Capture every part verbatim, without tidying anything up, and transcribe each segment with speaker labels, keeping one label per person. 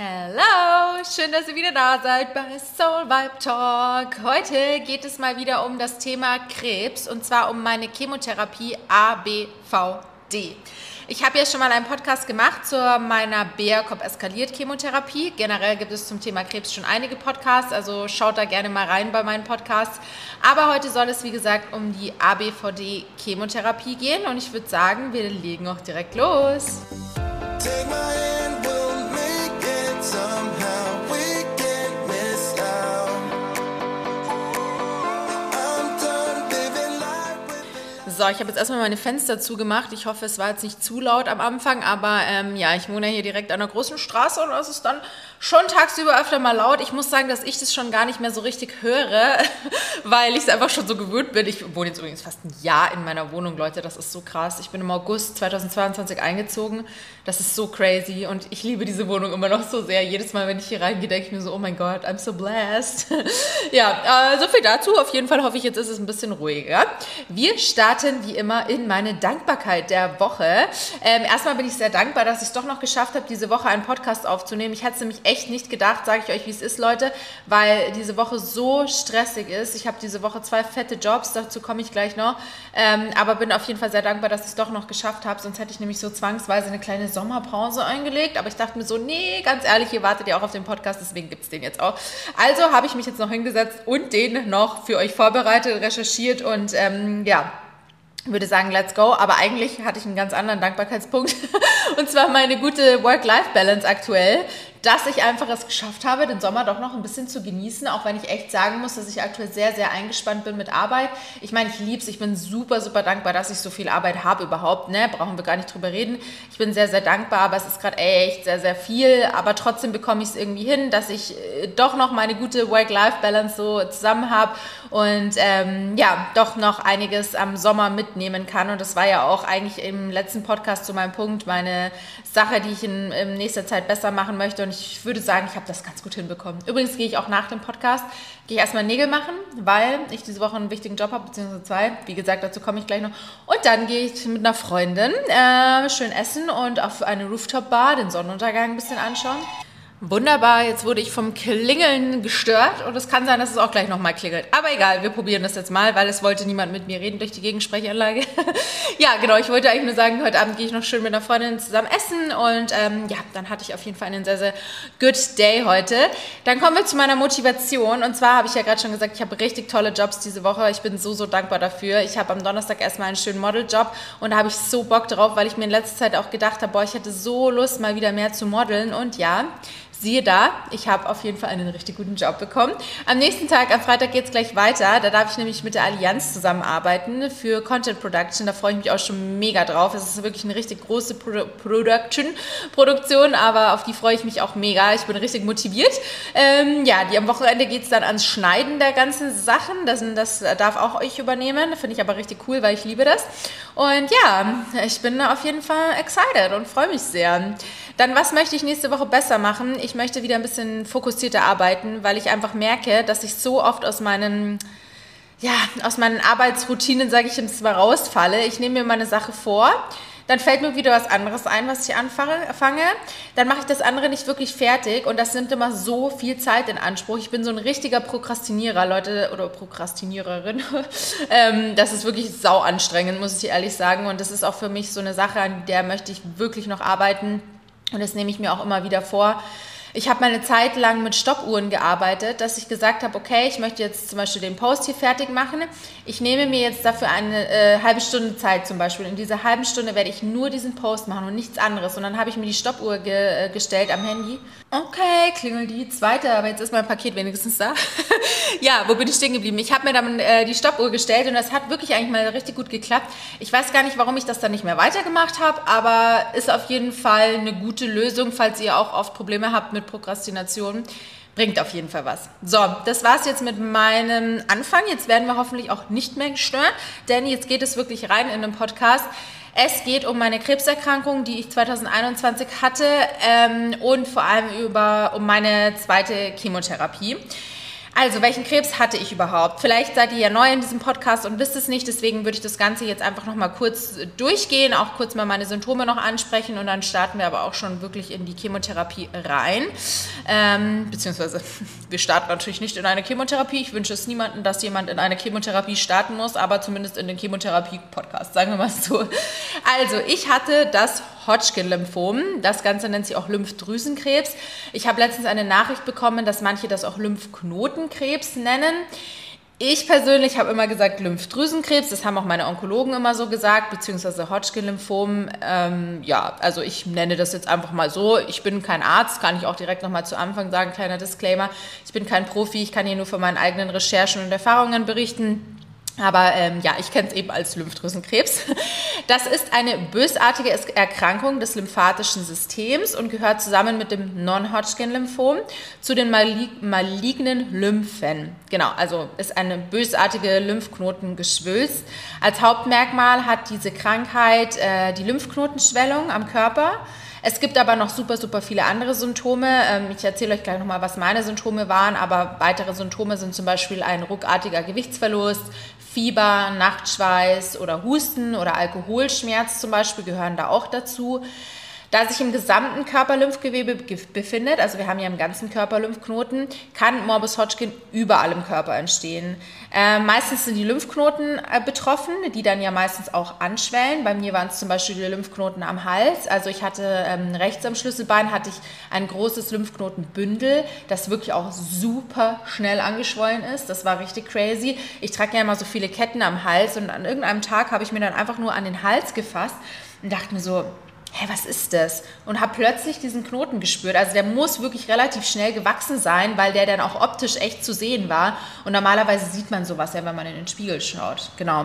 Speaker 1: Hello, schön, dass ihr wieder da seid bei Soul Vibe Talk. Heute geht es mal wieder um das Thema Krebs und zwar um meine Chemotherapie A B V D. Ich habe ja schon mal einen Podcast gemacht zu meiner B A C O P-Eskaliert-Chemotherapie. Generell gibt es zum Thema Krebs schon einige Podcasts, also schaut da gerne mal rein bei meinen Podcasts. Aber heute soll es, wie gesagt, um die A B V D-Chemotherapie gehen und ich würde sagen, wir legen auch direkt los. Take my hand, we'll make it somehow. We can't miss out. I'm done living life with. So, ich habe jetzt erstmal meine Fenster zugemacht. Ich hoffe, es war jetzt nicht zu laut am Anfang, aber ähm, ja, ich wohne hier direkt an einer großen Straße und es ist dann schon tagsüber öfter mal laut. Ich muss sagen, dass ich das schon gar nicht mehr so richtig höre, weil ich es einfach schon so gewöhnt bin. Ich wohne jetzt übrigens fast ein Jahr in meiner Wohnung, Leute. Das ist so krass. Ich bin im August zweitausendzweiundzwanzig eingezogen. Das ist so crazy und ich liebe diese Wohnung immer noch so sehr. Jedes Mal, wenn ich hier reingehe, denke ich mir so, oh mein Gott, I'm so blessed. Ja, äh, so viel dazu. Auf jeden Fall hoffe ich, jetzt ist es ein bisschen ruhiger. Wir starten wie immer in meine Dankbarkeit der Woche. Ähm, erstmal bin ich sehr dankbar, dass ich es doch noch geschafft habe, diese Woche einen Podcast aufzunehmen. Ich hatte es nämlich echt nicht gedacht, sage ich euch, wie es ist, Leute, weil diese Woche so stressig ist. Ich habe diese Woche zwei fette Jobs, dazu komme ich gleich noch. Ähm, aber bin auf jeden Fall sehr dankbar, dass ich es doch noch geschafft habe. Sonst hätte ich nämlich so zwangsweise eine kleine Sommerpause eingelegt. Aber ich dachte mir so, nee, ganz ehrlich, ihr wartet ja auch auf den Podcast, deswegen gibt es den jetzt auch. Also habe ich mich jetzt noch hingesetzt und den noch für euch vorbereitet, recherchiert und ähm, ja, würde sagen, let's go. Aber eigentlich hatte ich einen ganz anderen Dankbarkeitspunkt. Und zwar meine gute Work-Life-Balance aktuell, dass ich einfach es geschafft habe, den Sommer doch noch ein bisschen zu genießen, auch wenn ich echt sagen muss, dass ich aktuell sehr, sehr eingespannt bin mit Arbeit. Ich meine, ich liebe es, ich bin super, super dankbar, dass ich so viel Arbeit habe überhaupt, ne? Brauchen wir gar nicht drüber reden. Ich bin sehr, sehr dankbar, aber es ist gerade echt sehr, sehr viel, aber trotzdem bekomme ich es irgendwie hin, dass ich doch noch meine gute Work-Life-Balance so zusammen habe und ähm, ja, doch noch einiges am Sommer mitnehmen kann und das war ja auch eigentlich im letzten Podcast zu meinem Punkt, meine Sache, die ich in, in nächster Zeit besser machen möchte und ich würde sagen, ich habe das ganz gut hinbekommen. Übrigens gehe ich auch nach dem Podcast, gehe ich erstmal Nägel machen, weil ich diese Woche einen wichtigen Job habe, beziehungsweise zwei. Wie gesagt, dazu komme ich gleich noch. Und dann gehe ich mit einer Freundin äh, schön essen und auf eine Rooftop-Bar den Sonnenuntergang ein bisschen anschauen. Wunderbar, jetzt wurde ich vom Klingeln gestört und es kann sein, dass es auch gleich nochmal klingelt. Aber egal, wir probieren das jetzt mal, weil es wollte niemand mit mir reden durch die Gegensprechanlage. Ja, genau, ich wollte eigentlich nur sagen, heute Abend gehe ich noch schön mit einer Freundin zusammen essen und ähm, ja, dann hatte ich auf jeden Fall einen sehr, sehr good day heute. Dann kommen wir zu meiner Motivation und zwar habe ich ja gerade schon gesagt, ich habe richtig tolle Jobs diese Woche. Ich bin so, so dankbar dafür. Ich habe am Donnerstag erstmal einen schönen Modeljob und da habe ich so Bock drauf, weil ich mir in letzter Zeit auch gedacht habe, boah, ich hätte so Lust, mal wieder mehr zu modeln und ja, siehe da, ich habe auf jeden Fall einen richtig guten Job bekommen. Am nächsten Tag, am Freitag geht es gleich weiter. Da darf ich nämlich mit der Allianz zusammenarbeiten für Content Production. Da freue ich mich auch schon mega drauf. Es ist wirklich eine richtig große Pro- Production, Produktion, aber auf die freue ich mich auch mega. Ich bin richtig motiviert. Ähm, ja, die, am Wochenende geht es dann ans Schneiden der ganzen Sachen. Das, das darf auch euch übernehmen. Finde ich aber richtig cool, weil ich liebe das. Und ja, ich bin auf jeden Fall excited und freue mich sehr. Dann, was möchte ich nächste Woche besser machen? Ich möchte wieder ein bisschen fokussierter arbeiten, weil ich einfach merke, dass ich so oft aus meinen, ja, aus meinen Arbeitsroutinen, sage ich jetzt mal, rausfalle. Ich nehme mir meine Sache vor, dann fällt mir wieder was anderes ein, was ich anfange. Dann mache ich das andere nicht wirklich fertig und das nimmt immer so viel Zeit in Anspruch. Ich bin so ein richtiger Prokrastinierer, Leute, oder Prokrastiniererin. ähm, das ist wirklich sau anstrengend, muss ich ehrlich sagen. Und das ist auch für mich so eine Sache, an der möchte ich wirklich noch arbeiten. Und das nehme ich mir auch immer wieder vor. Ich habe meine Zeit lang mit Stoppuhren gearbeitet, dass ich gesagt habe, okay, ich möchte jetzt zum Beispiel den Post hier fertig machen. Ich nehme mir jetzt dafür eine äh, halbe Stunde Zeit zum Beispiel. In dieser halben Stunde werde ich nur diesen Post machen und nichts anderes. Und dann habe ich mir die Stoppuhr ge- äh, gestellt am Handy. Okay, klingelt die zweite, aber jetzt ist mein Paket wenigstens da. Ja, wo bin ich stehen geblieben? Ich habe mir dann äh, die Stoppuhr gestellt und das hat wirklich eigentlich mal richtig gut geklappt. Ich weiß gar nicht, warum ich das dann nicht mehr weitergemacht habe, aber ist auf jeden Fall eine gute Lösung, falls ihr auch oft Probleme habt mit Prokrastination. Bringt auf jeden Fall was. So, das war's jetzt mit meinem Anfang. Jetzt werden wir hoffentlich auch nicht mehr gestört, denn jetzt geht es wirklich rein in den Podcast. Es geht um meine Krebserkrankung, die ich zweitausendeinundzwanzig hatte ähm, und vor allem über, um meine zweite Chemotherapie. Also, welchen Krebs hatte ich überhaupt? Vielleicht seid ihr ja neu in diesem Podcast und wisst es nicht, deswegen würde ich das Ganze jetzt einfach nochmal kurz durchgehen, auch kurz mal meine Symptome noch ansprechen und dann starten wir aber auch schon wirklich in die Chemotherapie rein. Ähm, beziehungsweise, wir starten natürlich nicht in eine Chemotherapie. Ich wünsche es niemandem, dass jemand in eine Chemotherapie starten muss, aber zumindest in den Chemotherapie-Podcast, sagen wir mal so. Also, ich hatte das Hodgkin-Lymphom. Das Ganze nennt sich auch Lymphdrüsenkrebs. Ich habe letztens eine Nachricht bekommen, dass manche das auch Lymphknotenkrebs nennen. Ich persönlich habe immer gesagt Lymphdrüsenkrebs, das haben auch meine Onkologen immer so gesagt, beziehungsweise Hodgkin-Lymphom. Ähm, ja, also ich nenne das jetzt einfach mal so. Ich bin kein Arzt, kann ich auch direkt nochmal zu Anfang sagen, kleiner Disclaimer. Ich bin kein Profi, ich kann hier nur von meinen eigenen Recherchen und Erfahrungen berichten. Aber ähm, ja, ich kenne es eben als Lymphdrüsenkrebs. Das ist eine bösartige Erkrankung des lymphatischen Systems und gehört zusammen mit dem Non-Hodgkin-Lymphom zu den malig- malignen Lymphen. Genau, also ist eine bösartige Lymphknotengeschwülst. Als Hauptmerkmal hat diese Krankheit äh, die Lymphknotenschwellung am Körper. Es gibt aber noch super, super viele andere Symptome. Ich erzähle euch gleich nochmal, was meine Symptome waren, aber weitere Symptome sind zum Beispiel ein ruckartiger Gewichtsverlust, Fieber, Nachtschweiß oder Husten oder Alkoholschmerz zum Beispiel gehören da auch dazu. Da sich im gesamten Körper Lymphgewebe befindet, also wir haben ja im ganzen Körper Lymphknoten, kann Morbus Hodgkin überall im Körper entstehen. Äh, meistens sind die Lymphknoten äh, betroffen, die dann ja meistens auch anschwellen. Bei mir waren es zum Beispiel die Lymphknoten am Hals. Also ich hatte ähm, rechts am Schlüsselbein hatte ich ein großes Lymphknotenbündel, das wirklich auch super schnell angeschwollen ist. Das war richtig crazy. Ich trage ja immer so viele Ketten am Hals und an irgendeinem Tag habe ich mir dann einfach nur an den Hals gefasst und dachte mir so, hä, was ist das? Und habe plötzlich diesen Knoten gespürt. Also der muss wirklich relativ schnell gewachsen sein, weil der dann auch optisch echt zu sehen war. Und normalerweise sieht man sowas ja, wenn man in den Spiegel schaut. Genau.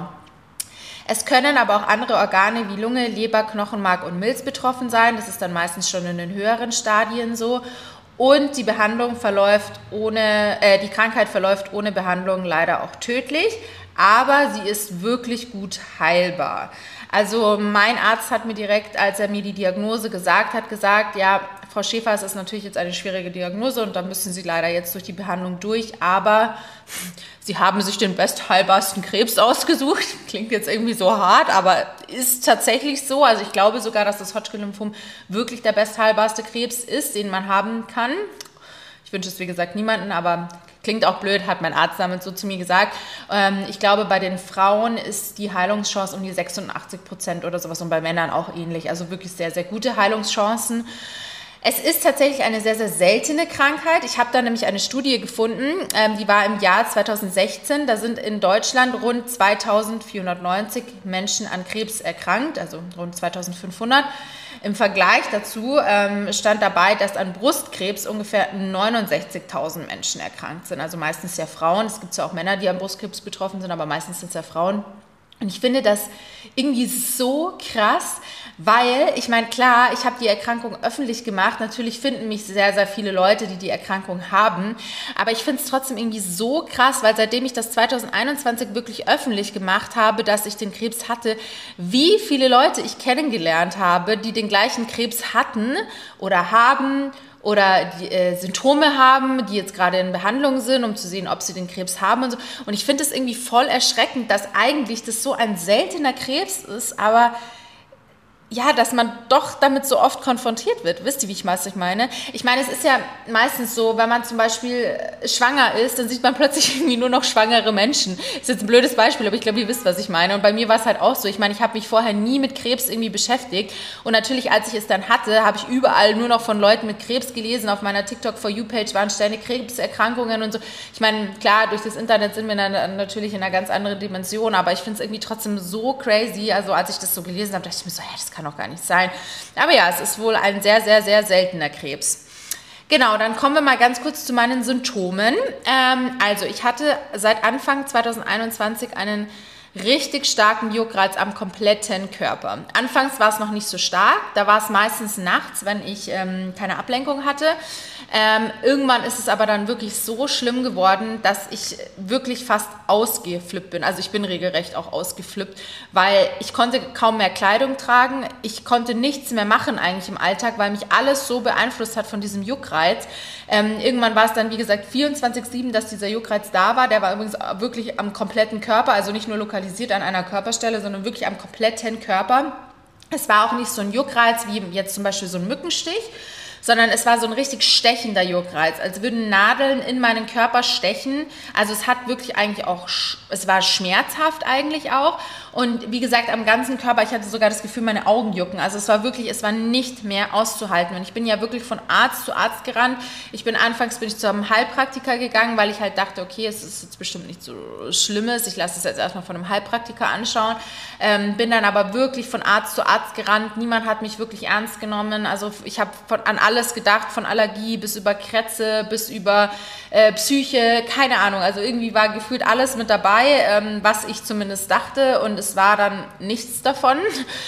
Speaker 1: Es können aber auch andere Organe wie Lunge, Leber, Knochenmark und Milz betroffen sein. Das ist dann meistens schon in den höheren Stadien so. Und die Behandlung verläuft ohne, äh, die Krankheit verläuft ohne Behandlung leider auch tödlich. Aber sie ist wirklich gut heilbar. Also mein Arzt hat mir direkt, als er mir die Diagnose gesagt hat, gesagt, ja, Frau Schäfer, es ist natürlich jetzt eine schwierige Diagnose und da müssen Sie leider jetzt durch die Behandlung durch, aber Sie haben sich den bestheilbarsten Krebs ausgesucht. Klingt jetzt irgendwie so hart, aber ist tatsächlich so. Also ich glaube sogar, dass das Hodgkin-Lymphom wirklich der bestheilbarste Krebs ist, den man haben kann. Ich wünsche es, wie gesagt, niemanden, aber klingt auch blöd, hat mein Arzt damit so zu mir gesagt. Ähm, ich glaube, bei den Frauen ist die Heilungschance um die sechsundachtzig Prozent oder sowas und bei Männern auch ähnlich. Also wirklich sehr, sehr gute Heilungschancen. Es ist tatsächlich eine sehr, sehr seltene Krankheit. Ich habe da nämlich eine Studie gefunden, ähm, die war im Jahr zweitausendsechzehn. Da sind in Deutschland rund zweitausendvierhundertneunzig Menschen an Krebs erkrankt, also rund zweitausendfünfhundert. Im Vergleich dazu ähm, stand dabei, dass an Brustkrebs ungefähr neunundsechzigtausend Menschen erkrankt sind. Also meistens ja Frauen. Es gibt ja auch Männer, die an Brustkrebs betroffen sind, aber meistens sind es ja Frauen. Und ich finde das irgendwie so krass, weil, ich meine, klar, ich habe die Erkrankung öffentlich gemacht. Natürlich finden mich sehr, sehr viele Leute, die die Erkrankung haben. Aber ich finde es trotzdem irgendwie so krass, weil seitdem ich das zweitausendeinundzwanzig wirklich öffentlich gemacht habe, dass ich den Krebs hatte, wie viele Leute ich kennengelernt habe, die den gleichen Krebs hatten oder haben oder die äh, Symptome haben, die jetzt gerade in Behandlung sind, um zu sehen, ob sie den Krebs haben und so. Und ich finde es irgendwie voll erschreckend, dass eigentlich das so ein seltener Krebs ist, aber ja, dass man doch damit so oft konfrontiert wird. Wisst ihr, wie ich was ich meine? Ich meine, es ist ja meistens so, wenn man zum Beispiel schwanger ist, dann sieht man plötzlich irgendwie nur noch schwangere Menschen. Ist jetzt ein blödes Beispiel, aber ich glaube, ihr wisst, was ich meine. Und bei mir war es halt auch so. Ich meine, ich habe mich vorher nie mit Krebs irgendwie beschäftigt. Und natürlich, als ich es dann hatte, habe ich überall nur noch von Leuten mit Krebs gelesen. Auf meiner TikTok-For You-Page waren ständig Krebserkrankungen und so. Ich meine, klar, durch das Internet sind wir dann natürlich in einer ganz anderen Dimension, aber ich finde es irgendwie trotzdem so crazy. Also als ich das so gelesen habe, dachte ich mir so, hä, das kann doch gar nicht sein. Aber ja, es ist wohl ein sehr, sehr, sehr seltener Krebs. Genau, dann kommen wir mal ganz kurz zu meinen Symptomen. Ähm, also ich hatte seit Anfang zweitausendeinundzwanzig einen richtig starken Juckreiz am kompletten Körper. Anfangs war es noch nicht so stark, da war es meistens nachts, wenn ich ähm, keine Ablenkung hatte. Ähm, irgendwann ist es aber dann wirklich so schlimm geworden, dass ich wirklich fast ausgeflippt bin. Also ich bin regelrecht auch ausgeflippt, weil ich konnte kaum mehr Kleidung tragen. Ich konnte nichts mehr machen eigentlich im Alltag, weil mich alles so beeinflusst hat von diesem Juckreiz. Ähm, irgendwann war es dann, wie gesagt, vierundzwanzig sieben, dass dieser Juckreiz da war. Der war übrigens wirklich am kompletten Körper, also nicht nur lokalisiert an einer Körperstelle, sondern wirklich am kompletten Körper. Es war auch nicht so ein Juckreiz wie jetzt zum Beispiel so ein Mückenstich, sondern es war so ein richtig stechender Juckreiz, als würden Nadeln in meinen Körper stechen. Also es hat wirklich eigentlich auch, es war schmerzhaft eigentlich auch. Und wie gesagt, am ganzen Körper, ich hatte sogar das Gefühl, meine Augen jucken. Also es war wirklich, es war nicht mehr auszuhalten. Und ich bin ja wirklich von Arzt zu Arzt gerannt. Ich bin anfangs bin ich zu einem Heilpraktiker gegangen, weil ich halt dachte, okay, es ist jetzt bestimmt nicht so Schlimmes. Ich lasse es jetzt erstmal von einem Heilpraktiker anschauen. Ähm, bin dann aber wirklich von Arzt zu Arzt gerannt. Niemand hat mich wirklich ernst genommen. Also ich habe an alles gedacht, von Allergie bis über Krätze, bis über äh, Psyche, keine Ahnung. Also irgendwie war gefühlt alles mit dabei, ähm, was ich zumindest dachte. Und es war dann nichts davon.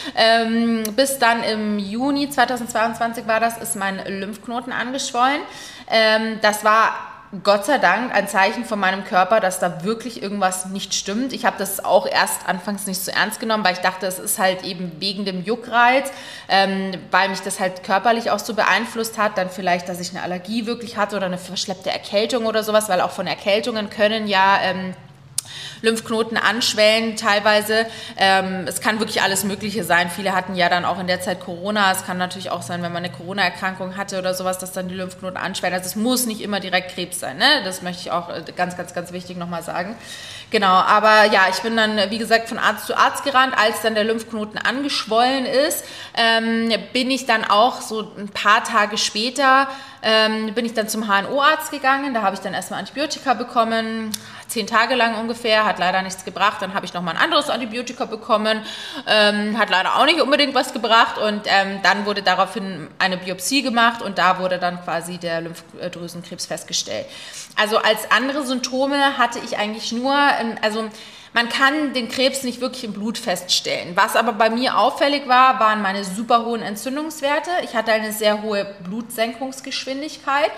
Speaker 1: Ähm, bis dann im Juni zweitausendzweiundzwanzig war das, ist mein Lymphknoten angeschwollen. Ähm, das war Gott sei Dank ein Zeichen von meinem Körper, dass da wirklich irgendwas nicht stimmt. Ich habe das auch erst anfangs nicht so ernst genommen, weil ich dachte, es ist halt eben wegen dem Juckreiz, ähm, weil mich das halt körperlich auch so beeinflusst hat, dann vielleicht, dass ich eine Allergie wirklich hatte oder eine verschleppte Erkältung oder sowas, weil auch von Erkältungen können ja ähm, Lymphknoten anschwellen teilweise. Ähm, es kann wirklich alles Mögliche sein. Viele hatten ja dann auch in der Zeit Corona. Es kann natürlich auch sein, wenn man eine Corona-Erkrankung hatte oder sowas, dass dann die Lymphknoten anschwellen. Also es muss nicht immer direkt Krebs sein, ne? Das möchte ich auch ganz, ganz, ganz wichtig nochmal sagen. Genau, aber ja, ich bin dann, wie gesagt, von Arzt zu Arzt gerannt. Als dann der Lymphknoten angeschwollen ist, ähm, bin ich dann auch so ein paar Tage später, ähm, bin ich dann zum H N O-Arzt gegangen. Da habe ich dann erstmal Antibiotika bekommen, zehn Tage lang ungefähr, hat leider nichts gebracht. Dann habe ich nochmal ein anderes Antibiotika bekommen, ähm, hat leider auch nicht unbedingt was gebracht. Und ähm, dann wurde daraufhin eine Biopsie gemacht und da wurde dann quasi der Lymphdrüsenkrebs festgestellt. Also als andere Symptome hatte ich eigentlich nur, also man kann den Krebs nicht wirklich im Blut feststellen. Was aber bei mir auffällig war, waren meine super hohen Entzündungswerte. Ich hatte eine sehr hohe Blutsenkungsgeschwindigkeit.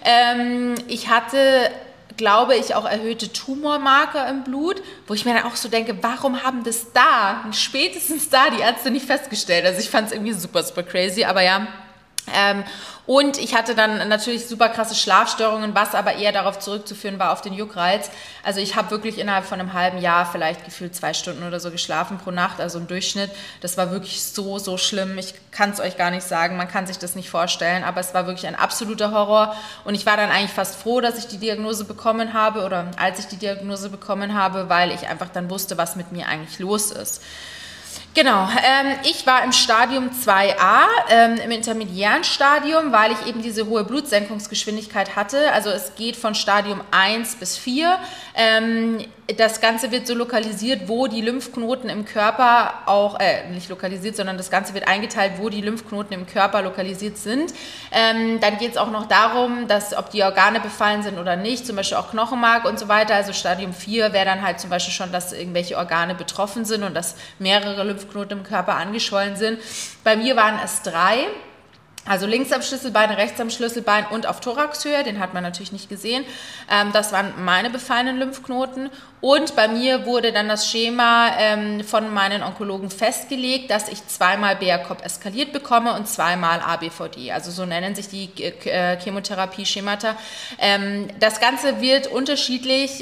Speaker 1: Ähm, ich hatte, glaube ich, auch erhöhte Tumormarker im Blut, wo ich mir dann auch so denke, warum haben das da, spätestens da, die Ärzte nicht festgestellt? Also ich fand es irgendwie super, super crazy, aber ja. Ähm, und ich hatte dann natürlich super krasse Schlafstörungen, was aber eher darauf zurückzuführen war auf den Juckreiz. Also ich habe wirklich innerhalb von einem halben Jahr vielleicht gefühlt zwei Stunden oder so geschlafen pro Nacht, also im Durchschnitt. Das war wirklich so, so schlimm. Ich kann es euch gar nicht sagen, man kann sich das nicht vorstellen, aber es war wirklich ein absoluter Horror. Und ich war dann eigentlich fast froh, dass ich die Diagnose bekommen habe oder als ich die Diagnose bekommen habe, weil ich einfach dann wusste, was mit mir eigentlich los ist. Genau, ähm, ich war im Stadium zwei a, ähm, im intermediären Stadium, weil ich eben diese hohe Blutsenkungsgeschwindigkeit hatte. Also es geht von Stadium eins bis vier. Ähm, das Ganze wird so lokalisiert, wo die Lymphknoten im Körper auch, äh, nicht lokalisiert, sondern das Ganze wird eingeteilt, wo die Lymphknoten im Körper lokalisiert sind. Ähm, dann geht es auch noch darum, dass ob die Organe befallen sind oder nicht, zum Beispiel auch Knochenmark und so weiter. Also Stadium vier wäre dann halt zum Beispiel schon, dass irgendwelche Organe betroffen sind und dass mehrere Lymphknoten im Körper angeschwollen sind. Bei mir waren es drei. Also links am Schlüsselbein, rechts am Schlüsselbein und auf Thoraxhöhe, den hat man natürlich nicht gesehen. Ähm, das waren meine befallenen Lymphknoten. Und bei mir wurde dann das Schema ähm, von meinen Onkologen festgelegt, dass ich zweimal B R C O P eskaliert bekomme und zweimal A B V D. Also so nennen sich die äh, Chemotherapie-Schemata. Ähm, das Ganze wird unterschiedlich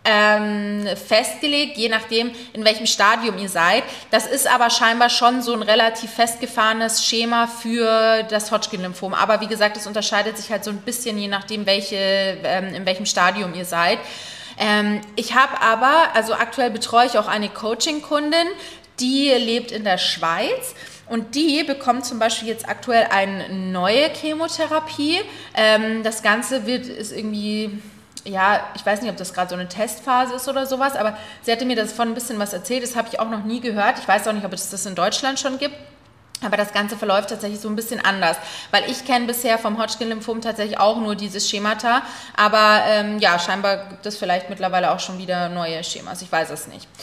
Speaker 1: Ähm, festgelegt, je nachdem, in welchem Stadium ihr seid. Das ist aber scheinbar schon so ein relativ festgefahrenes Schema für das Hodgkin-Lymphom. Aber wie gesagt, es unterscheidet sich halt so ein bisschen, je nachdem, welche, ähm, in welchem Stadium ihr seid. Ähm, ich habe aber, also aktuell betreue ich auch eine Coaching-Kundin, die lebt in der Schweiz. Und die bekommt zum Beispiel jetzt aktuell eine neue Chemotherapie. Ähm, das Ganze wird, ist irgendwie... Ja, ich weiß nicht, ob das gerade so eine Testphase ist oder sowas, aber sie hatte mir davon ein bisschen was erzählt, das habe ich auch noch nie gehört. Ich weiß auch nicht, ob es das in Deutschland schon gibt, aber das Ganze verläuft tatsächlich so ein bisschen anders, weil ich kenne bisher vom Hodgkin-Lymphom tatsächlich auch nur dieses Schemata, aber ähm, ja, scheinbar gibt es vielleicht mittlerweile auch schon wieder neue Schemas, ich weiß es nicht.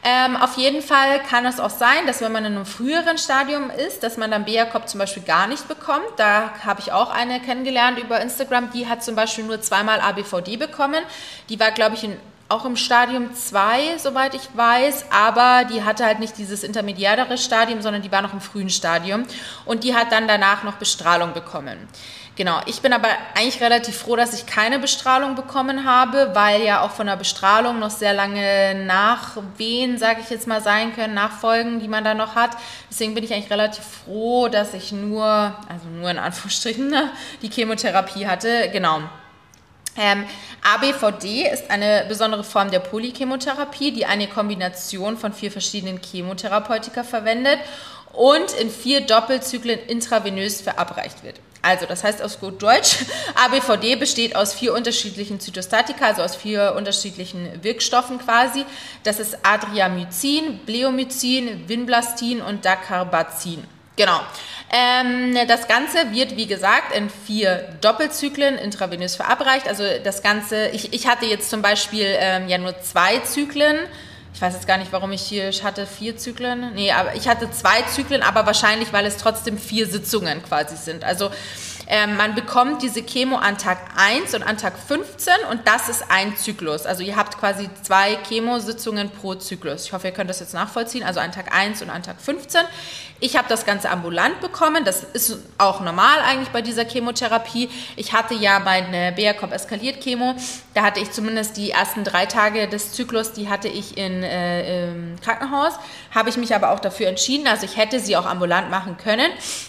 Speaker 1: Ähm, auf jeden Fall kann es auch sein, dass wenn man in einem früheren Stadium ist, dass man dann B-Jakob zum Beispiel gar nicht bekommt. Da habe ich auch eine kennengelernt über Instagram, die hat zum Beispiel nur zweimal A B V D bekommen. Die war, glaube ich, in auch im Stadium zwei, soweit ich weiß, aber die hatte halt nicht dieses intermediäre Stadium, sondern die war noch im frühen Stadium und die hat dann danach noch Bestrahlung bekommen. Genau, ich bin aber eigentlich relativ froh, dass ich keine Bestrahlung bekommen habe, weil ja auch von der Bestrahlung noch sehr lange Nachwehen, sage ich jetzt mal, sein können, Nachfolgen, die man da noch hat. Deswegen bin ich eigentlich relativ froh, dass ich nur, also nur in Anführungsstrichen, ne, die Chemotherapie hatte. Genau. Ähm, A B V D ist eine besondere Form der Polychemotherapie, die eine Kombination von vier verschiedenen Chemotherapeutika verwendet und in vier Doppelzyklen intravenös verabreicht wird. Also, das heißt aus gut Deutsch, A B V D besteht aus vier unterschiedlichen Zytostatika, also aus vier unterschiedlichen Wirkstoffen quasi. Das ist Adriamycin, Bleomycin, Vinblastin und Dacarbazin. Genau. Ähm, das Ganze wird, wie gesagt, in vier Doppelzyklen intravenös verabreicht. Also das Ganze, ich, ich hatte jetzt zum Beispiel ähm, ja nur zwei Zyklen. Ich weiß jetzt gar nicht, warum ich hier ich hatte vier Zyklen. Nee, aber ich hatte zwei Zyklen, aber wahrscheinlich, weil es trotzdem vier Sitzungen quasi sind. Also ähm, man bekommt diese Chemo an Tag eins und an Tag fünfzehn und das ist ein Zyklus. Also ihr habt quasi zwei Chemositzungen pro Zyklus. Ich hoffe, ihr könnt das jetzt nachvollziehen. Also an Tag eins und an Tag fünfzehn. Ich habe das Ganze ambulant bekommen. Das ist auch normal eigentlich bei dieser Chemotherapie. Ich hatte ja meine B-Jakob-Eskaliert-Chemo. Da hatte ich zumindest die ersten drei Tage des Zyklus, die hatte ich in, äh, im Krankenhaus. Habe ich mich aber auch dafür entschieden. Also ich hätte sie auch ambulant machen können.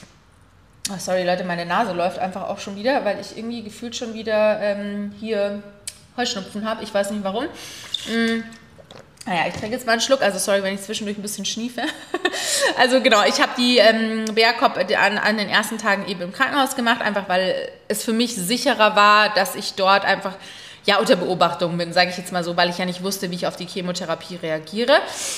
Speaker 1: Oh, sorry Leute, meine Nase läuft einfach auch schon wieder, weil ich irgendwie gefühlt schon wieder ähm, hier Heuschnupfen habe. Ich weiß nicht warum. Mm. Naja, ich trinke jetzt mal einen Schluck, also sorry, wenn ich zwischendurch ein bisschen schniefe. Also genau, ich habe die ähm, B-Jakob an, an den ersten Tagen eben im Krankenhaus gemacht, einfach weil es für mich sicherer war, dass ich dort einfach ja unter Beobachtung bin, sage ich jetzt mal so, weil ich ja nicht wusste, wie ich auf die Chemotherapie reagiere.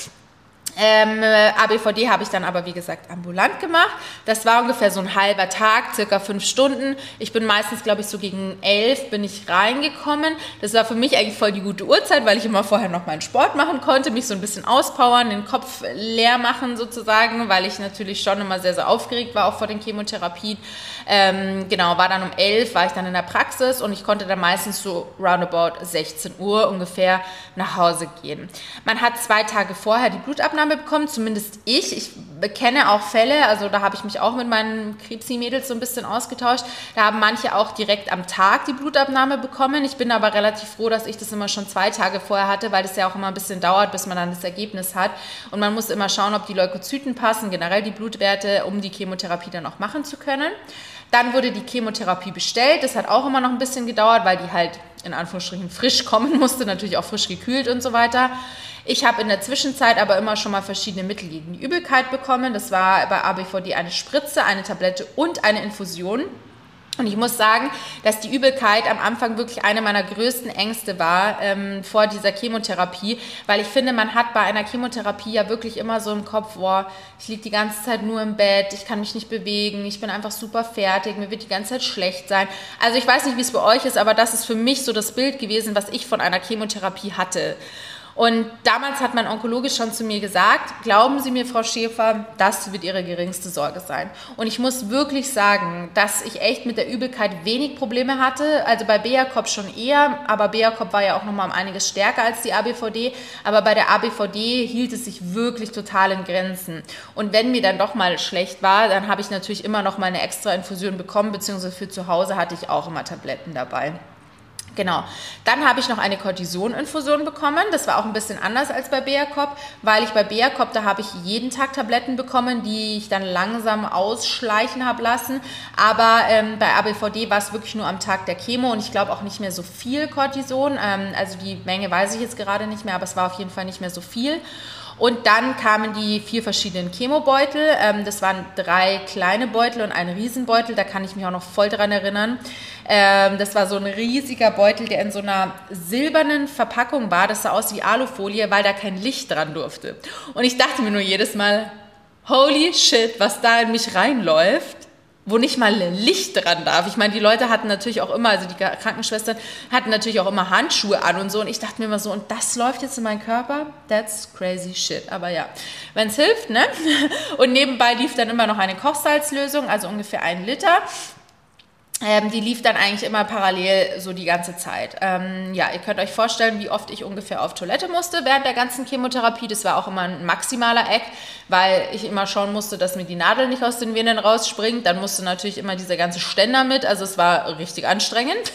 Speaker 1: Ähm, A B V D habe ich dann aber, wie gesagt, ambulant gemacht. Das war ungefähr so ein halber Tag, circa fünf Stunden. Ich bin meistens, glaube ich, so gegen elf bin ich reingekommen. Das war für mich eigentlich voll die gute Uhrzeit, weil ich immer vorher noch meinen Sport machen konnte, mich so ein bisschen auspowern, den Kopf leer machen sozusagen, weil ich natürlich schon immer sehr, sehr aufgeregt war, auch vor den Chemotherapien. Ähm, genau, war dann um elf, war ich dann in der Praxis und ich konnte dann meistens so roundabout sechzehn Uhr ungefähr nach Hause gehen. Man hat zwei Tage vorher die Blutabnahme bekommen, zumindest ich. Ich kenne auch Fälle, also da habe ich mich auch mit meinen Krebsi-Mädels so ein bisschen ausgetauscht. Da haben manche auch direkt am Tag die Blutabnahme bekommen. Ich bin aber relativ froh, dass ich das immer schon zwei Tage vorher hatte, weil das ja auch immer ein bisschen dauert, bis man dann das Ergebnis hat. Und man muss immer schauen, ob die Leukozyten passen, generell die Blutwerte, um die Chemotherapie dann auch machen zu können. Dann wurde die Chemotherapie bestellt. Das hat auch immer noch ein bisschen gedauert, weil die halt in Anführungsstrichen frisch kommen musste, natürlich auch frisch gekühlt und so weiter. Ich habe in der Zwischenzeit aber immer schon mal verschiedene Mittel gegen die Übelkeit bekommen. Das war bei A B V D eine Spritze, eine Tablette und eine Infusion. Und ich muss sagen, dass die Übelkeit am Anfang wirklich eine meiner größten Ängste war ähm, vor dieser Chemotherapie, weil ich finde, man hat bei einer Chemotherapie ja wirklich immer so im Kopf, boah, ich liege die ganze Zeit nur im Bett, ich kann mich nicht bewegen, ich bin einfach super fertig, mir wird die ganze Zeit schlecht sein. Also ich weiß nicht, wie es bei euch ist, aber das ist für mich so das Bild gewesen, was ich von einer Chemotherapie hatte. Und damals hat mein Onkologe schon zu mir gesagt, glauben Sie mir, Frau Schäfer, das wird Ihre geringste Sorge sein. Und ich muss wirklich sagen, dass ich echt mit der Übelkeit wenig Probleme hatte. Also bei B-Jakob schon eher, aber B-Jakob war ja auch nochmal um einiges stärker als die A B V D. Aber bei der A B V D hielt es sich wirklich total in Grenzen. Und wenn mir dann doch mal schlecht war, dann habe ich natürlich immer noch mal eine extra Infusion bekommen, beziehungsweise für zu Hause hatte ich auch immer Tabletten dabei. Genau. Dann habe ich noch eine Cortison-Infusion bekommen. Das war auch ein bisschen anders als bei B-Jakob, weil ich bei B-Jakob, da habe ich jeden Tag Tabletten bekommen, die ich dann langsam ausschleichen habe lassen. Aber ähm, bei A B V D war es wirklich nur am Tag der Chemo und ich glaube auch nicht mehr so viel Cortison. Ähm, also die Menge weiß ich jetzt gerade nicht mehr, aber es war auf jeden Fall nicht mehr so viel. Und dann kamen die vier verschiedenen Chemobeutel. Ähm, das waren drei kleine Beutel und ein Riesenbeutel. Da kann ich mich auch noch voll dran erinnern. Ähm, das war so ein riesiger Beutel, der in so einer silbernen Verpackung war. Das sah aus wie Alufolie, weil da kein Licht dran durfte. Und ich dachte mir nur jedes Mal, holy shit, was da in mich reinläuft. wo nicht mal Licht dran darf. Ich meine, die Leute hatten natürlich auch immer, also die Krankenschwestern hatten natürlich auch immer Handschuhe an und so. Und ich dachte mir immer so, und das läuft jetzt in meinen Körper? That's crazy shit. Aber ja, wenn es hilft, ne? Und nebenbei lief dann immer noch eine Kochsalzlösung, also ungefähr ein Liter. Ähm, die lief dann eigentlich immer parallel so die ganze Zeit. Ähm, ja, ihr könnt euch vorstellen, wie oft ich ungefähr auf Toilette musste während der ganzen Chemotherapie. Das war auch immer ein maximaler Eck, weil ich immer schauen musste, dass mir die Nadel nicht aus den Venen rausspringt. Dann musste natürlich immer dieser ganze Ständer mit, also es war richtig anstrengend.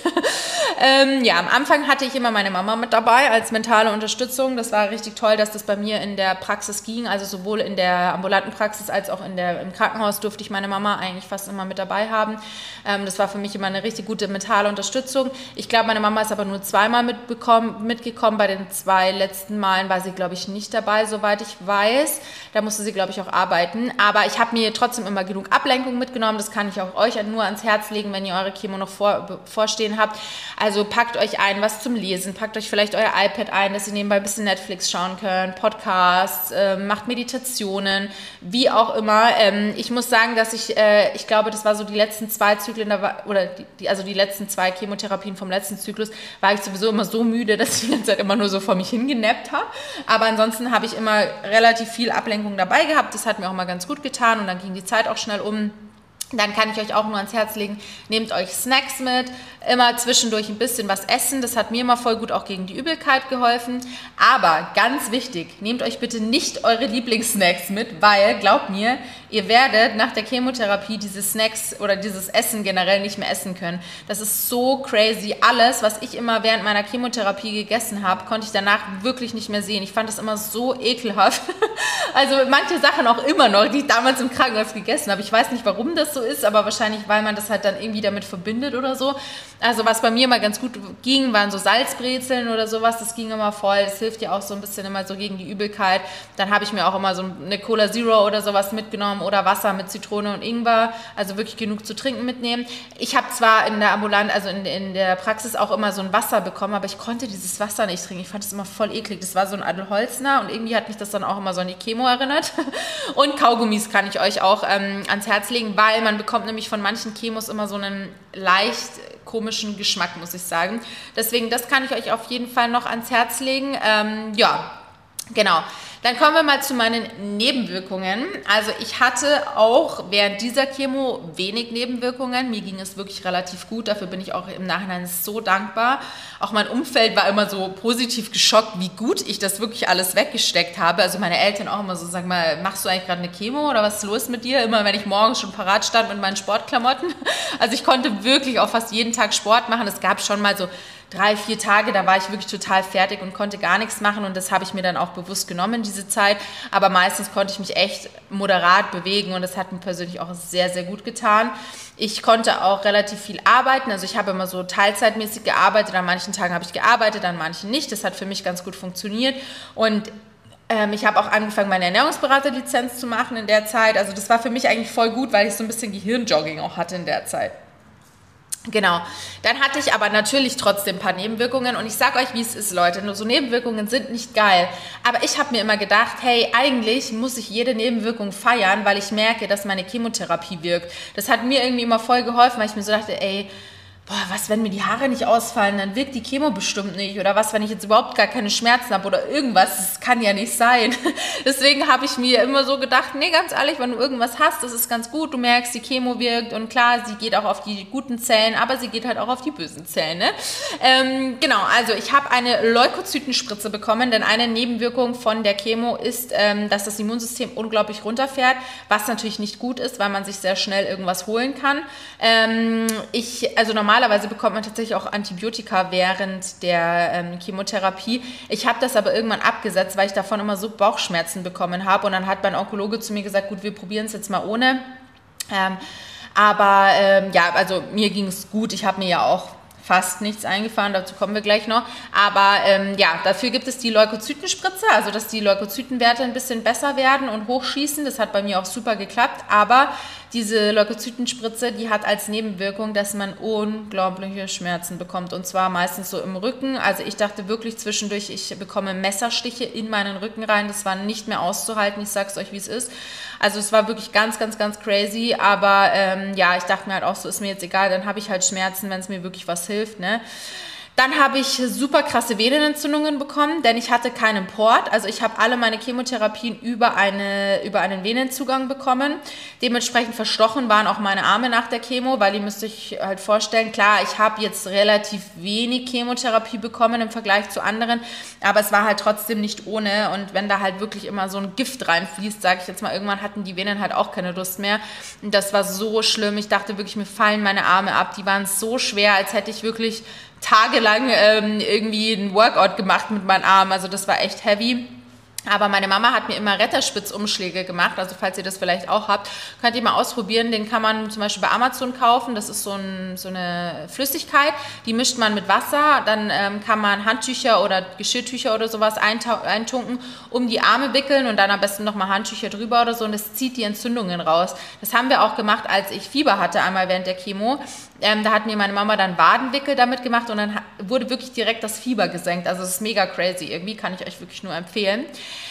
Speaker 1: ähm, ja, am Anfang hatte ich immer meine Mama mit dabei als mentale Unterstützung. Das war richtig toll, dass das bei mir in der Praxis ging, also sowohl in der ambulanten Praxis als auch in der, im Krankenhaus durfte ich meine Mama eigentlich fast immer mit dabei haben. Ähm, das war für mich immer eine richtig gute mentale Unterstützung. Ich glaube, meine Mama ist aber nur zweimal mitbekommen, mitgekommen. Bei den zwei letzten Malen war sie, glaube ich, nicht dabei, soweit ich weiß. Da musste sie, glaube ich, auch arbeiten. Aber ich habe mir trotzdem immer genug Ablenkung mitgenommen. Das kann ich auch euch nur ans Herz legen, wenn ihr eure Chemo noch vor, vorstehen habt. Also packt euch ein, was zum Lesen. Packt euch vielleicht euer iPad ein, dass ihr nebenbei ein bisschen Netflix schauen könnt, Podcasts, äh, macht Meditationen, wie auch immer. Ähm, ich muss sagen, dass ich, äh, ich glaube, das war so die letzten zwei Zyklen, da war, oder die, die, also die letzten zwei Chemotherapien vom letzten Zyklus, war ich sowieso immer so müde, dass ich die ganze Zeit immer nur so vor mich hingenappt habe. Aber ansonsten habe ich immer relativ viel Ablenkung dabei gehabt. Das hat mir auch mal ganz gut getan und dann ging die Zeit auch schnell um. Dann kann ich euch auch nur ans Herz legen, nehmt euch Snacks mit, immer zwischendurch ein bisschen was essen. Das hat mir immer voll gut auch gegen die Übelkeit geholfen. Aber ganz wichtig, nehmt euch bitte nicht eure Lieblingssnacks mit, weil, glaubt mir, ihr werdet nach der Chemotherapie diese Snacks oder dieses Essen generell nicht mehr essen können. Das ist so crazy. Alles, was ich immer während meiner Chemotherapie gegessen habe, konnte ich danach wirklich nicht mehr sehen. Ich fand das immer so ekelhaft. Also manche Sachen auch immer noch, die ich damals im Krankenhaus gegessen habe. Ich weiß nicht, warum das so ist, aber wahrscheinlich, weil man das halt dann irgendwie damit verbindet oder so. Also was bei mir immer ganz gut ging, waren so Salzbrezeln oder sowas, das ging immer voll, das hilft ja auch so ein bisschen immer so gegen die Übelkeit. Dann habe ich mir auch immer so eine Cola Zero oder sowas mitgenommen oder Wasser mit Zitrone und Ingwer, also wirklich genug zu trinken mitnehmen. Ich habe zwar in der Ambulant, also in, in der Praxis auch immer so ein Wasser bekommen, aber ich konnte dieses Wasser nicht trinken, ich fand das immer voll eklig. Das war so ein Adelholzner und irgendwie hat mich das dann auch immer so an die Chemo erinnert. Und Kaugummis kann ich euch auch ähm, ans Herz legen, weil man bekommt nämlich von manchen Chemos immer so einen leicht komischen Geschmack, muss ich sagen. Deswegen, das kann ich euch auf jeden Fall noch ans Herz legen. Ähm, ja, genau. Dann kommen wir mal zu meinen Nebenwirkungen. Also ich hatte auch während dieser Chemo wenig Nebenwirkungen. Mir ging es wirklich relativ gut. Dafür bin ich auch im Nachhinein so dankbar. Auch mein Umfeld war immer so positiv geschockt, wie gut ich das wirklich alles weggesteckt habe. Also meine Eltern auch immer so, sag mal, machst du eigentlich gerade eine Chemo oder was ist los mit dir? Immer wenn ich morgens schon parat stand mit meinen Sportklamotten. Also ich konnte wirklich auch fast jeden Tag Sport machen. Es gab schon mal so drei, vier Tage, da war ich wirklich total fertig und konnte gar nichts machen und das habe ich mir dann auch bewusst genommen, diese Zeit, aber meistens konnte ich mich echt moderat bewegen und das hat mir persönlich auch sehr, sehr gut getan. Ich konnte auch relativ viel arbeiten, also ich habe immer so teilzeitmäßig gearbeitet, an manchen Tagen habe ich gearbeitet, an manchen nicht, das hat für mich ganz gut funktioniert und ähm, ich habe auch angefangen, meine Ernährungsberaterlizenz zu machen in der Zeit, also das war für mich eigentlich voll gut, weil ich so ein bisschen Gehirnjogging auch hatte in der Zeit. Genau, dann hatte ich aber natürlich trotzdem ein paar Nebenwirkungen und ich sag euch, wie es ist, Leute, nur so Nebenwirkungen sind nicht geil, aber ich habe mir immer gedacht, hey, eigentlich muss ich jede Nebenwirkung feiern, weil ich merke, dass meine Chemotherapie wirkt. Das hat mir irgendwie immer voll geholfen, weil ich mir so dachte, ey, boah, was, wenn mir die Haare nicht ausfallen, dann wirkt die Chemo bestimmt nicht. Oder was, wenn ich jetzt überhaupt gar keine Schmerzen habe oder irgendwas. Das kann ja nicht sein. Deswegen habe ich mir immer so gedacht, nee, ganz ehrlich, wenn du irgendwas hast, das ist ganz gut. Du merkst, die Chemo wirkt und klar, sie geht auch auf die guten Zellen, aber sie geht halt auch auf die bösen Zellen. Ne? Ähm, genau, also ich habe eine Leukozytenspritze bekommen, denn eine Nebenwirkung von der Chemo ist, ähm, dass das Immunsystem unglaublich runterfährt, was natürlich nicht gut ist, weil man sich sehr schnell irgendwas holen kann. Ähm, ich, also normal Normalerweise bekommt man tatsächlich auch Antibiotika während der ähm, Chemotherapie. Ich habe das aber irgendwann abgesetzt, weil ich davon immer so Bauchschmerzen bekommen habe. Und dann hat mein Onkologe zu mir gesagt, gut, wir probieren es jetzt mal ohne. Ähm, aber ähm, ja, also mir ging es gut. Ich habe mir ja auch fast nichts eingefahren, dazu kommen wir gleich noch. Aber ähm, ja, dafür gibt es die Leukozytenspritze, also dass die Leukozytenwerte ein bisschen besser werden und hochschießen. Das hat bei mir auch super geklappt. Aber diese Leukozytenspritze, die hat als Nebenwirkung, dass man unglaubliche Schmerzen bekommt und zwar meistens so im Rücken. Also ich dachte wirklich zwischendurch, ich bekomme Messerstiche in meinen Rücken rein. Das war nicht mehr auszuhalten, ich sag's euch, wie es ist. Also es war wirklich ganz, ganz, ganz crazy, aber ähm, ja, ich dachte mir halt auch so, ist mir jetzt egal, dann habe ich halt Schmerzen, wenn es mir wirklich was hilft, ne? Dann habe ich super krasse Venenentzündungen bekommen, denn ich hatte keinen Port. Also ich habe alle meine Chemotherapien über, eine, über einen Venenzugang bekommen. Dementsprechend verstochen waren auch meine Arme nach der Chemo, weil ihr müsst euch halt vorstellen, klar, ich habe jetzt relativ wenig Chemotherapie bekommen im Vergleich zu anderen, aber es war halt trotzdem nicht ohne. Und wenn da halt wirklich immer so ein Gift reinfließt, sage ich jetzt mal, irgendwann hatten die Venen halt auch keine Lust mehr. Und das war so schlimm. Ich dachte wirklich, mir fallen meine Arme ab. Die waren so schwer, als hätte ich wirklich tagelang ähm, irgendwie ein Workout gemacht mit meinen Armen, also das war echt heavy. Aber meine Mama hat mir immer Retterspitzumschläge gemacht, also falls ihr das vielleicht auch habt, könnt ihr mal ausprobieren. Den kann man zum Beispiel bei Amazon kaufen, das ist so, ein, so eine Flüssigkeit, die mischt man mit Wasser, dann ähm, kann man Handtücher oder Geschirrtücher oder sowas eintunken, um die Arme wickeln und dann am besten nochmal Handtücher drüber oder so und das zieht die Entzündungen raus. Das haben wir auch gemacht, als ich Fieber hatte, einmal während der Chemo. Ähm, da hat mir meine Mama dann Wadenwickel damit gemacht und dann wurde wirklich direkt das Fieber gesenkt. Also es ist mega crazy, irgendwie kann ich euch wirklich nur empfehlen.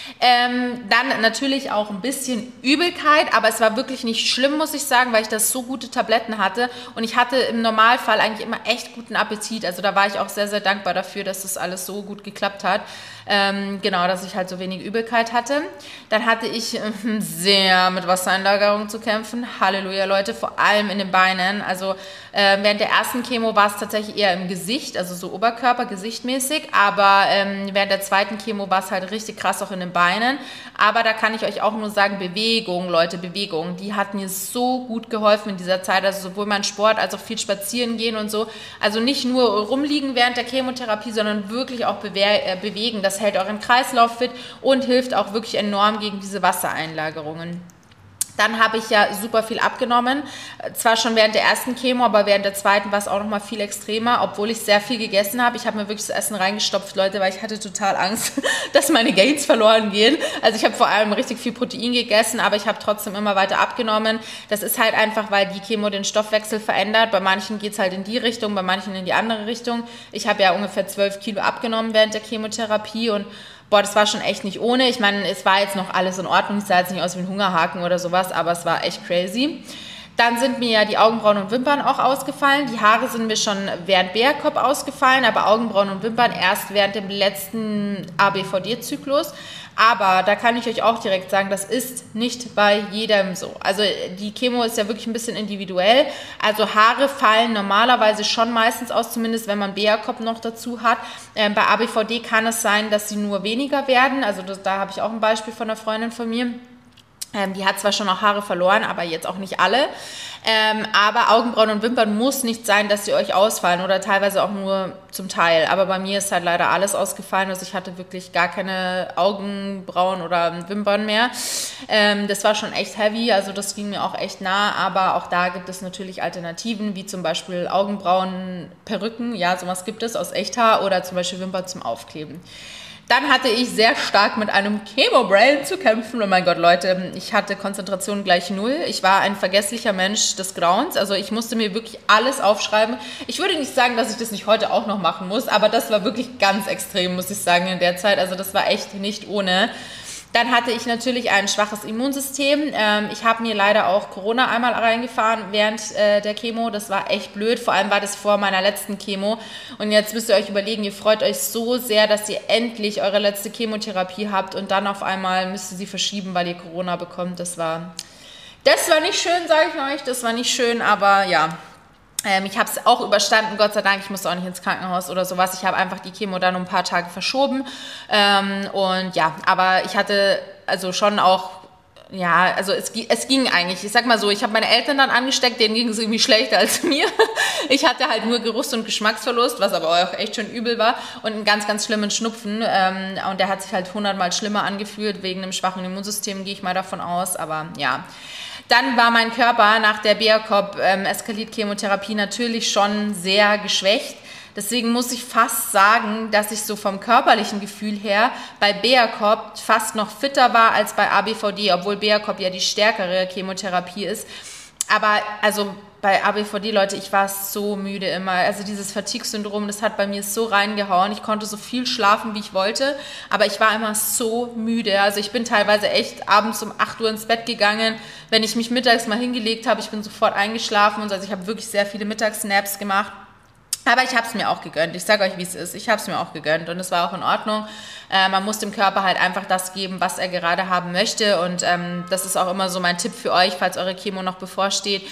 Speaker 1: Ähm, dann natürlich auch ein bisschen Übelkeit, aber es war wirklich nicht schlimm, muss ich sagen, weil ich das so gute Tabletten hatte und ich hatte im Normalfall eigentlich immer echt guten Appetit. Also da war ich auch sehr, sehr dankbar dafür, dass das alles so gut geklappt hat. Ähm, genau, dass ich halt so wenig Übelkeit hatte. Dann hatte ich äh, sehr mit Wassereinlagerung zu kämpfen. Halleluja, Leute, vor allem in den Beinen. Also äh, während der ersten Chemo war es tatsächlich eher im Gesicht, also so Oberkörper, gesichtmäßig. Aber ähm, während der zweiten Chemo war es halt richtig krass auch in den Beinen. Aber da kann ich euch auch nur sagen, Bewegung, Leute, Bewegung, die hat mir so gut geholfen in dieser Zeit. Also sowohl mein Sport als auch viel spazieren gehen und so. Also nicht nur rumliegen während der Chemotherapie, sondern wirklich auch bewe äh, bewegen. Das hält euren Kreislauf fit und hilft auch wirklich enorm gegen diese Wassereinlagerungen. Dann habe ich ja super viel abgenommen, zwar schon während der ersten Chemo, aber während der zweiten war es auch noch mal viel extremer, obwohl ich sehr viel gegessen habe. Ich habe mir wirklich das Essen reingestopft, Leute, weil ich hatte total Angst, dass meine Gains verloren gehen. Also ich habe vor allem richtig viel Protein gegessen, aber ich habe trotzdem immer weiter abgenommen. Das ist halt einfach, weil die Chemo den Stoffwechsel verändert. Bei manchen geht es halt in die Richtung, bei manchen in die andere Richtung. Ich habe ja ungefähr zwölf Kilo abgenommen während der Chemotherapie und boah, das war schon echt nicht ohne. Ich meine, es war jetzt noch alles in Ordnung. Ich sah jetzt nicht aus wie ein Hungerhaken oder sowas, aber es war echt crazy. Dann sind mir ja die Augenbrauen und Wimpern auch ausgefallen. Die Haare sind mir schon während B R C O P ausgefallen, aber Augenbrauen und Wimpern erst während dem letzten A B V D-Zyklus. Aber da kann ich euch auch direkt sagen, das ist nicht bei jedem so. Also die Chemo ist ja wirklich ein bisschen individuell. Also Haare fallen normalerweise schon meistens aus, zumindest wenn man B R C O P noch dazu hat. Ähm, bei A B V D kann es sein, dass sie nur weniger werden. Also das, da habe ich auch ein Beispiel von einer Freundin von mir. Ähm, die hat zwar schon auch Haare verloren, aber jetzt auch nicht alle. Ähm, aber Augenbrauen und Wimpern muss nicht sein, dass sie euch ausfallen oder teilweise auch nur zum Teil. Aber bei mir ist halt leider alles ausgefallen. Also ich hatte wirklich gar keine Augenbrauen oder Wimpern mehr. Ähm, das war schon echt heavy, also das ging mir auch echt nah. Aber auch da gibt es natürlich Alternativen, wie zum Beispiel Augenbrauen, Perücken. Ja, sowas gibt es aus Echthaar oder zum Beispiel Wimpern zum Aufkleben. Dann hatte ich sehr stark mit einem Chemo-Brain zu kämpfen. Oh mein Gott, Leute, ich hatte Konzentration gleich null. Ich war ein vergesslicher Mensch des Grauens. Also ich musste mir wirklich alles aufschreiben. Ich würde nicht sagen, dass ich das nicht heute auch noch machen muss, aber das war wirklich ganz extrem, muss ich sagen, in der Zeit. Also das war echt nicht ohne. Dann hatte ich natürlich ein schwaches Immunsystem. Ähm, ich habe mir leider auch Corona einmal reingefahren während äh, der Chemo. Das war echt blöd. Vor allem war das vor meiner letzten Chemo. Und jetzt müsst ihr euch überlegen, ihr freut euch so sehr, dass ihr endlich eure letzte Chemotherapie habt und dann auf einmal müsst ihr sie verschieben, weil ihr Corona bekommt. Das war, das war nicht schön, sage ich euch. Das war nicht schön, aber ja. Ähm, ich habe es auch überstanden, Gott sei Dank. Ich musste auch nicht ins Krankenhaus oder sowas. Ich habe einfach die Chemo dann um ein paar Tage verschoben. Ähm, und ja, aber ich hatte also schon auch, ja, also es, es ging eigentlich. Ich sag mal so, ich habe meine Eltern dann angesteckt, denen ging es irgendwie schlechter als mir. Ich hatte halt nur Geruchs- und Geschmacksverlust, was aber auch echt schon übel war. Und einen ganz, ganz schlimmen Schnupfen. Ähm, und der hat sich halt hundertmal schlimmer angefühlt. Wegen einem schwachen Immunsystem gehe ich mal davon aus. Aber ja. Dann war mein Körper nach der B R C O P ähm, Eskaliert-Chemotherapie natürlich schon sehr geschwächt. Deswegen muss ich fast sagen, dass ich so vom körperlichen Gefühl her bei B R C O P fast noch fitter war als bei A B V D, obwohl B R C O P ja die stärkere Chemotherapie ist. aber also bei A B V D, Leute, ich war so müde immer. Also dieses Fatigue-Syndrom, das hat bei mir so reingehauen. Ich konnte so viel schlafen, wie ich wollte, aber ich war immer so müde. Also ich bin teilweise echt abends um acht Uhr ins Bett gegangen. Wenn ich mich mittags mal hingelegt habe, ich bin sofort eingeschlafen. Und so. Also ich habe wirklich sehr viele Mittagsnaps gemacht. Aber ich habe es mir auch gegönnt. Ich sage euch, wie es ist. Ich habe es mir auch gegönnt und es war auch in Ordnung. Äh, man muss dem Körper halt einfach das geben, was er gerade haben möchte. Und ähm, das ist auch immer so mein Tipp für euch, falls eure Chemo noch bevorsteht.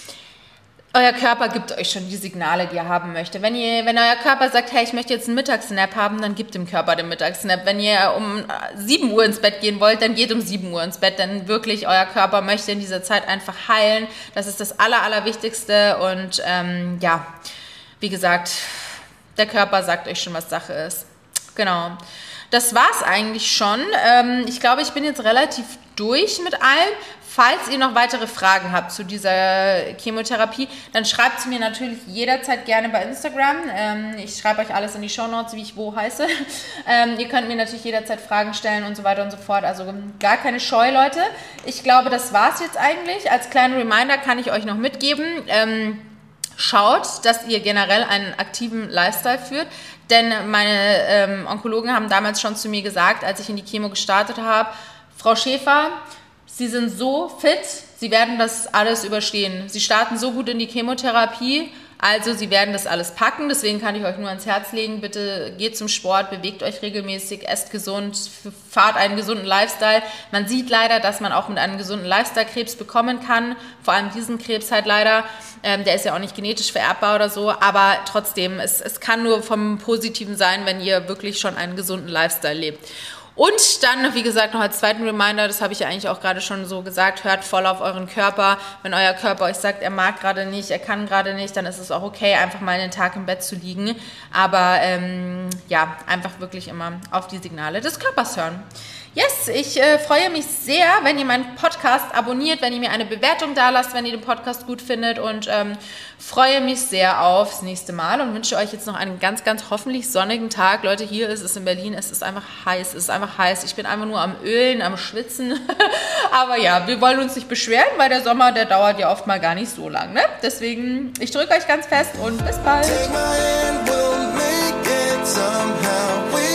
Speaker 1: Euer Körper gibt euch schon die Signale, die er haben möchte. Wenn ihr, wenn euer Körper sagt, hey, ich möchte jetzt einen Mittagsnap haben, dann gebt dem Körper den Mittagsnap. Wenn ihr um sieben Uhr ins Bett gehen wollt, dann geht um sieben Uhr ins Bett. Denn wirklich, euer Körper möchte in dieser Zeit einfach heilen. Das ist das Aller, Allerwichtigste. Und ähm, ja, wie gesagt, der Körper sagt euch schon, was Sache ist. Genau. Das war's eigentlich schon. Ähm, ich glaube, ich bin jetzt relativ durch mit allem. Falls ihr noch weitere Fragen habt zu dieser Chemotherapie, dann schreibt sie mir natürlich jederzeit gerne bei Instagram. Ähm, ich schreibe euch alles in die Shownotes, wie ich wo heiße. Ähm, ihr könnt mir natürlich jederzeit Fragen stellen und so weiter und so fort. Also gar keine Scheu, Leute. Ich glaube, das war's jetzt eigentlich. Als kleinen Reminder kann ich euch noch mitgeben, ähm, schaut, dass ihr generell einen aktiven Lifestyle führt. Denn meine ähm, Onkologen haben damals schon zu mir gesagt, als ich in die Chemo gestartet habe, Frau Schäfer, Sie sind so fit, Sie werden das alles überstehen. Sie starten so gut in die Chemotherapie, also Sie werden das alles packen. Deswegen kann ich euch nur ans Herz legen, bitte geht zum Sport, bewegt euch regelmäßig, esst gesund, fahrt einen gesunden Lifestyle. Man sieht leider, dass man auch mit einem gesunden Lifestyle Krebs bekommen kann, vor allem diesen Krebs halt leider. Ähm, der ist ja auch nicht genetisch vererbbar oder so, aber trotzdem, es, es kann nur vom Positiven sein, wenn ihr wirklich schon einen gesunden Lifestyle lebt. Und dann, wie gesagt, noch als zweiten Reminder, das habe ich ja eigentlich auch gerade schon so gesagt, hört voll auf euren Körper. Wenn euer Körper euch sagt, er mag gerade nicht, er kann gerade nicht, dann ist es auch okay, einfach mal einen Tag im Bett zu liegen. Aber ähm, ja, einfach wirklich immer auf die Signale des Körpers hören. Yes, ich äh, freue mich sehr, wenn ihr meinen Podcast abonniert, wenn ihr mir eine Bewertung da lasst, wenn ihr den Podcast gut findet und ähm, freue mich sehr aufs nächste Mal und wünsche euch jetzt noch einen ganz, ganz hoffentlich sonnigen Tag. Leute, hier ist es in Berlin, es ist einfach heiß, es ist einfach heiß. Ich bin einfach nur am Ölen, am Schwitzen. Aber ja, wir wollen uns nicht beschweren, weil der Sommer, der dauert ja oft mal gar nicht so lang. Ne? Deswegen, ich drücke euch ganz fest und bis bald.